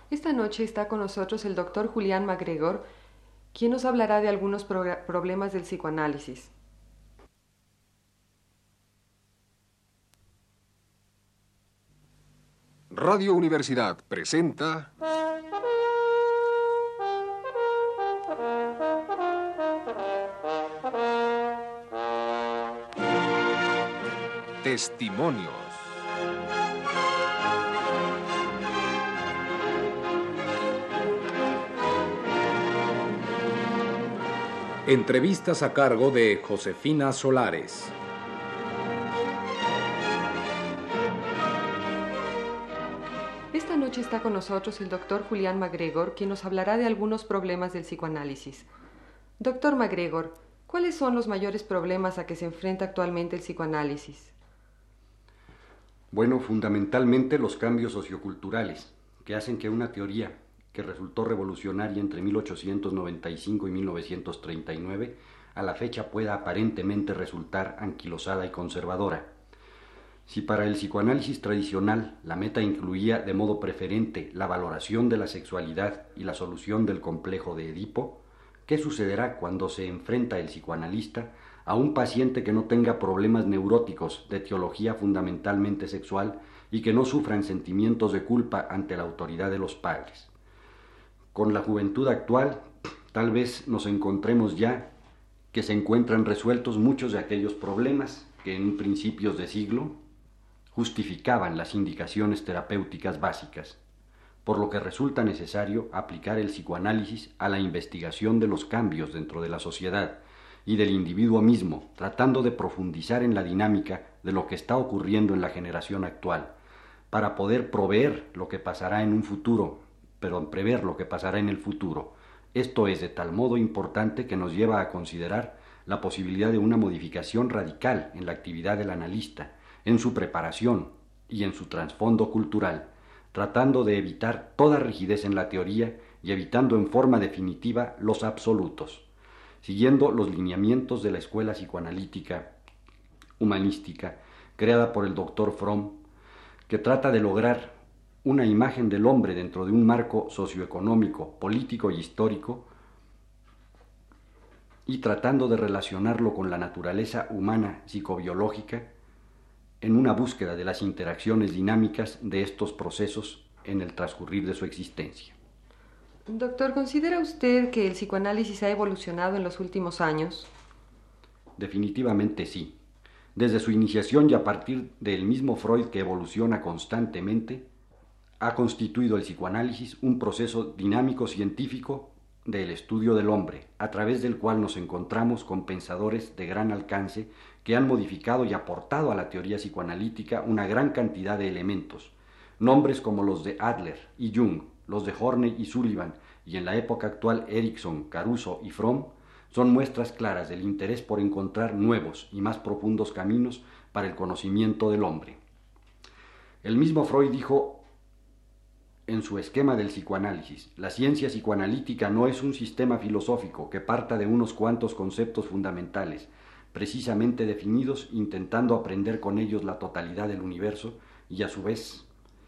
Esta noche está con nosotros el doctor Julián MacGregor, quien nos hablará de algunos problemas del psicoanálisis. Radio Universidad presenta Testimonios. Entrevistas a cargo de Josefina Solares. Esta noche está con nosotros el doctor Julián MacGregor, quien nos hablará de algunos problemas del psicoanálisis. Doctor MacGregor, ¿cuáles son los mayores problemas a que se enfrenta actualmente el psicoanálisis? Bueno, fundamentalmente los cambios socioculturales, que hacen que una teoría que resultó revolucionaria entre 1895 y 1939, a la fecha pueda aparentemente resultar anquilosada y conservadora. Si para el psicoanálisis tradicional la meta incluía de modo preferente la valoración de la sexualidad y la solución del complejo de Edipo, ¿qué sucederá cuando se enfrenta el psicoanalista a un paciente que no tenga problemas neuróticos de etiología fundamentalmente sexual y que no sufran sentimientos de culpa ante la autoridad de los padres? Con la juventud actual, tal vez nos encontremos ya que se encuentran resueltos muchos de aquellos problemas que en principios de siglo justificaban las indicaciones terapéuticas básicas, por lo que resulta necesario aplicar el psicoanálisis a la investigación de los cambios dentro de la sociedad y del individuo mismo, tratando de profundizar en la dinámica de lo que está ocurriendo en la generación actual, para poder prever lo que pasará en el futuro. Esto es de tal modo importante que nos lleva a considerar la posibilidad de una modificación radical en la actividad del analista, en su preparación y en su trasfondo cultural, tratando de evitar toda rigidez en la teoría y evitando en forma definitiva los absolutos, siguiendo los lineamientos de la escuela psicoanalítica humanística creada por el Dr. Fromm, que trata de lograr una imagen del hombre dentro de un marco socioeconómico, político y histórico, y tratando de relacionarlo con la naturaleza humana psicobiológica en una búsqueda de las interacciones dinámicas de estos procesos en el transcurrir de su existencia. Doctor, ¿considera usted que el psicoanálisis ha evolucionado en los últimos años? Definitivamente sí. Desde su iniciación y a partir del mismo Freud, que evoluciona constantemente, ha constituido el psicoanálisis un proceso dinámico científico del estudio del hombre, a través del cual nos encontramos con pensadores de gran alcance que han modificado y aportado a la teoría psicoanalítica una gran cantidad de elementos. Nombres como los de Adler y Jung, los de Horney y Sullivan, y en la época actual Erikson, Caruso y Fromm, son muestras claras del interés por encontrar nuevos y más profundos caminos para el conocimiento del hombre. El mismo Freud dijo en su esquema del psicoanálisis: la ciencia psicoanalítica no es un sistema filosófico que parta de unos cuantos conceptos fundamentales, precisamente definidos, intentando aprender con ellos la totalidad del universo y a su vez,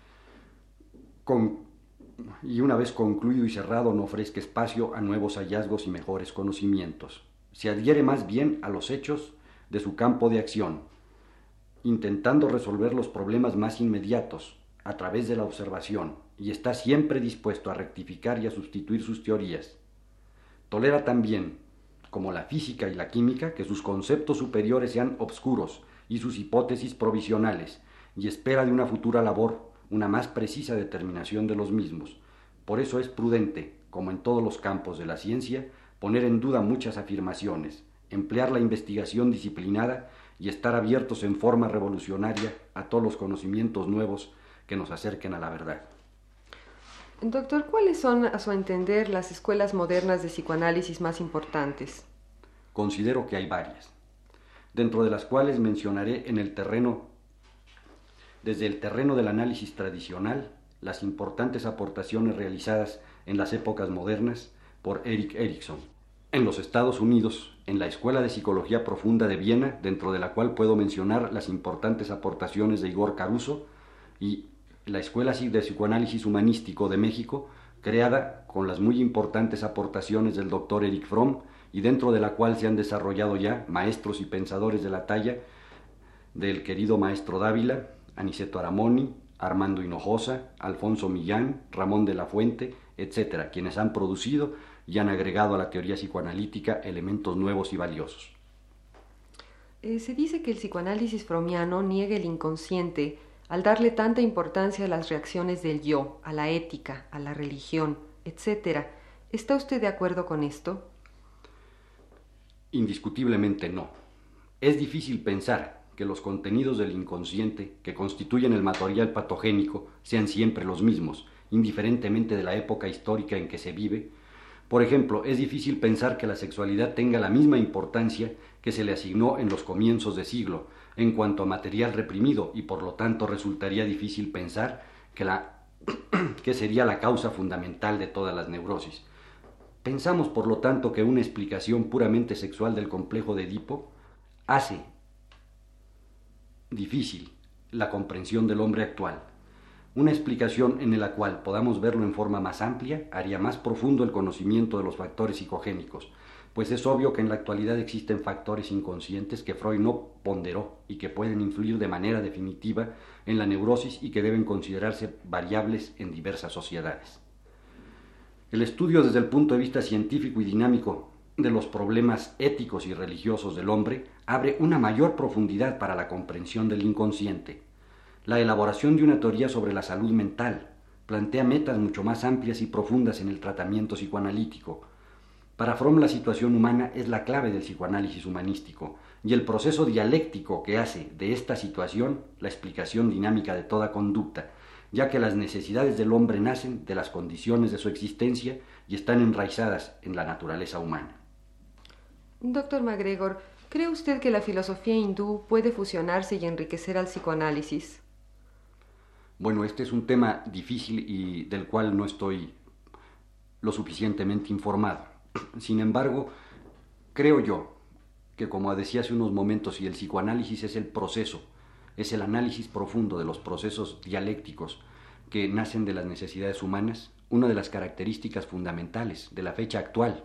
una vez concluido y cerrado, no ofrezca espacio a nuevos hallazgos y mejores conocimientos. Se adhiere más bien a los hechos de su campo de acción, intentando resolver los problemas más inmediatos a través de la observación, y está siempre dispuesto a rectificar y a sustituir sus teorías. Tolera también, como la física y la química, que sus conceptos superiores sean obscuros y sus hipótesis provisionales, y espera de una futura labor una más precisa determinación de los mismos. Por eso es prudente, como en todos los campos de la ciencia, poner en duda muchas afirmaciones, emplear la investigación disciplinada y estar abiertos en forma revolucionaria a todos los conocimientos nuevos que nos acerquen a la verdad. Doctor, ¿cuáles son, a su entender, las escuelas modernas de psicoanálisis más importantes? Considero que hay varias, dentro de las cuales mencionaré desde el terreno del análisis tradicional, las importantes aportaciones realizadas en las épocas modernas por Erik Erikson. En los Estados Unidos, en la Escuela de Psicología Profunda de Viena, dentro de la cual puedo mencionar las importantes aportaciones de Igor Caruso y la Escuela de Psicoanálisis Humanístico de México, creada con las muy importantes aportaciones del doctor Erich Fromm, y dentro de la cual se han desarrollado ya maestros y pensadores de la talla del querido maestro Dávila, Aniceto Aramoni, Armando Hinojosa, Alfonso Millán, Ramón de la Fuente, etcétera, quienes han producido y han agregado a la teoría psicoanalítica elementos nuevos y valiosos. Se dice que el psicoanálisis freudiano niega el inconsciente al darle tanta importancia a las reacciones del yo, a la ética, a la religión, etcétera. ¿Está usted de acuerdo con esto? Indiscutiblemente no. Es difícil pensar que los contenidos del inconsciente que constituyen el material patogénico sean siempre los mismos, indiferentemente de la época histórica en que se vive. Por ejemplo, es difícil pensar que la sexualidad tenga la misma importancia que se le asignó en los comienzos de siglo en cuanto a material reprimido, y por lo tanto resultaría difícil pensar que sería la causa fundamental de todas las neurosis. Pensamos, por lo tanto, que una explicación puramente sexual del complejo de Edipo hace difícil la comprensión del hombre actual. Una explicación en la cual podamos verlo en forma más amplia haría más profundo el conocimiento de los factores psicogénicos, pues es obvio que en la actualidad existen factores inconscientes que Freud no ponderó y que pueden influir de manera definitiva en la neurosis y que deben considerarse variables en diversas sociedades. El estudio desde el punto de vista científico y dinámico de los problemas éticos y religiosos del hombre abre una mayor profundidad para la comprensión del inconsciente. La elaboración de una teoría sobre la salud mental plantea metas mucho más amplias y profundas en el tratamiento psicoanalítico. Para Fromm, la situación humana es la clave del psicoanálisis humanístico, y el proceso dialéctico que hace de esta situación la explicación dinámica de toda conducta, ya que las necesidades del hombre nacen de las condiciones de su existencia y están enraizadas en la naturaleza humana. Doctor MacGregor, ¿cree usted que la filosofía hindú puede fusionarse y enriquecer al psicoanálisis? Bueno, este es un tema difícil y del cual no estoy lo suficientemente informado. Sin embargo, creo yo que, como decía hace unos momentos, si el psicoanálisis es el proceso, es el análisis profundo de los procesos dialécticos que nacen de las necesidades humanas, una de las características fundamentales de la fecha actual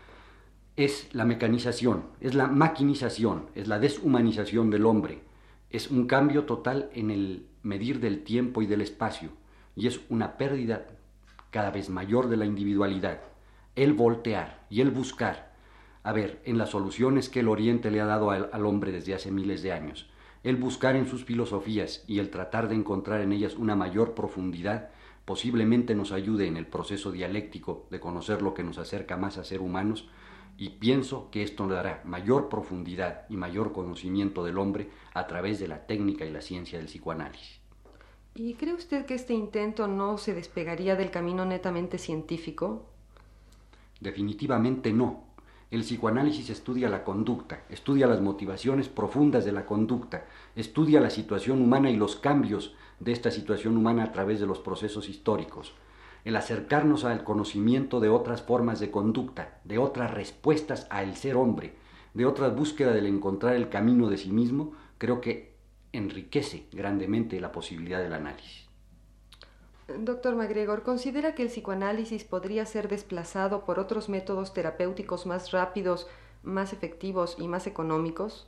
es la mecanización, es la maquinización, es la deshumanización del hombre, es un cambio total en el medir del tiempo y del espacio, y es una pérdida cada vez mayor de la individualidad, el voltear y el buscar, en las soluciones que el Oriente le ha dado al hombre desde hace miles de años, el buscar en sus filosofías y el tratar de encontrar en ellas una mayor profundidad, posiblemente nos ayude en el proceso dialéctico de conocer lo que nos acerca más a ser humanos, y pienso que esto le dará mayor profundidad y mayor conocimiento del hombre a través de la técnica y la ciencia del psicoanálisis. ¿Y cree usted que este intento no se despegaría del camino netamente científico? Definitivamente no. El psicoanálisis estudia la conducta, estudia las motivaciones profundas de la conducta, estudia la situación humana y los cambios de esta situación humana a través de los procesos históricos. El acercarnos al conocimiento de otras formas de conducta, de otras respuestas al ser hombre, de otras búsquedas del encontrar el camino de sí mismo, creo que enriquece grandemente la posibilidad del análisis. Doctor MacGregor, ¿considera que el psicoanálisis podría ser desplazado por otros métodos terapéuticos más rápidos, más efectivos y más económicos?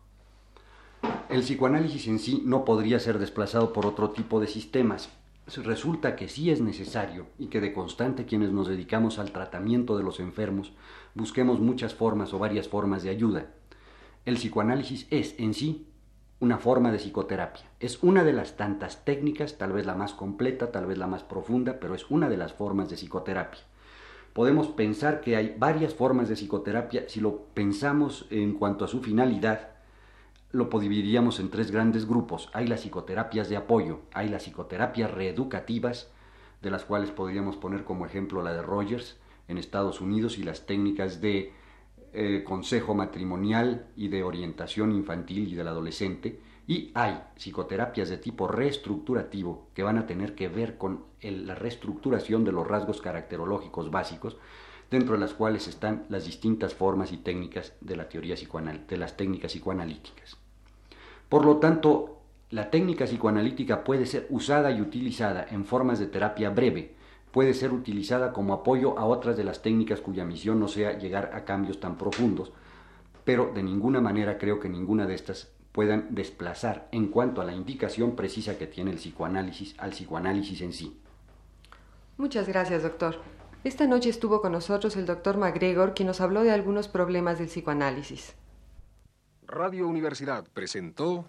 El psicoanálisis en sí no podría ser desplazado por otro tipo de sistemas. Resulta que sí es necesario y que de constante quienes nos dedicamos al tratamiento de los enfermos busquemos muchas formas o varias formas de ayuda. El psicoanálisis es en sí una forma de psicoterapia. Es una de las tantas técnicas, tal vez la más completa, tal vez la más profunda, pero es una de las formas de psicoterapia. Podemos pensar que hay varias formas de psicoterapia. Si lo pensamos en cuanto a su finalidad, lo dividiríamos en tres grandes grupos. Hay las psicoterapias de apoyo, hay las psicoterapias reeducativas, de las cuales podríamos poner como ejemplo la de Rogers en Estados Unidos, y las técnicas de consejo matrimonial y de orientación infantil y del adolescente, y hay psicoterapias de tipo reestructurativo que van a tener que ver con la reestructuración de los rasgos caracterológicos básicos, dentro de las cuales están las distintas formas y técnicas de la teoría de las técnicas psicoanalíticas. Por lo tanto, La técnica psicoanalítica puede ser usada y utilizada en formas de terapia breve, puede ser utilizada como apoyo a otras de las técnicas cuya misión no sea llegar a cambios tan profundos, pero de ninguna manera creo que ninguna de estas puedan desplazar en cuanto a la indicación precisa que tiene el psicoanálisis al psicoanálisis en sí. Muchas gracias, doctor. Esta noche estuvo con nosotros el doctor MacGregor, quien nos habló de algunos problemas del psicoanálisis. Radio Universidad presentó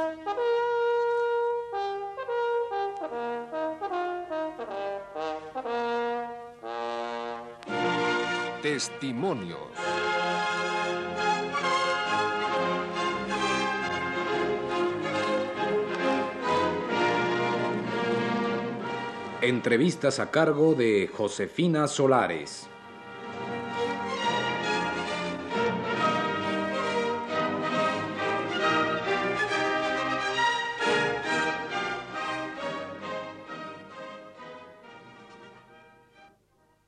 Testimonios. Entrevistas a cargo de Josefina Solares.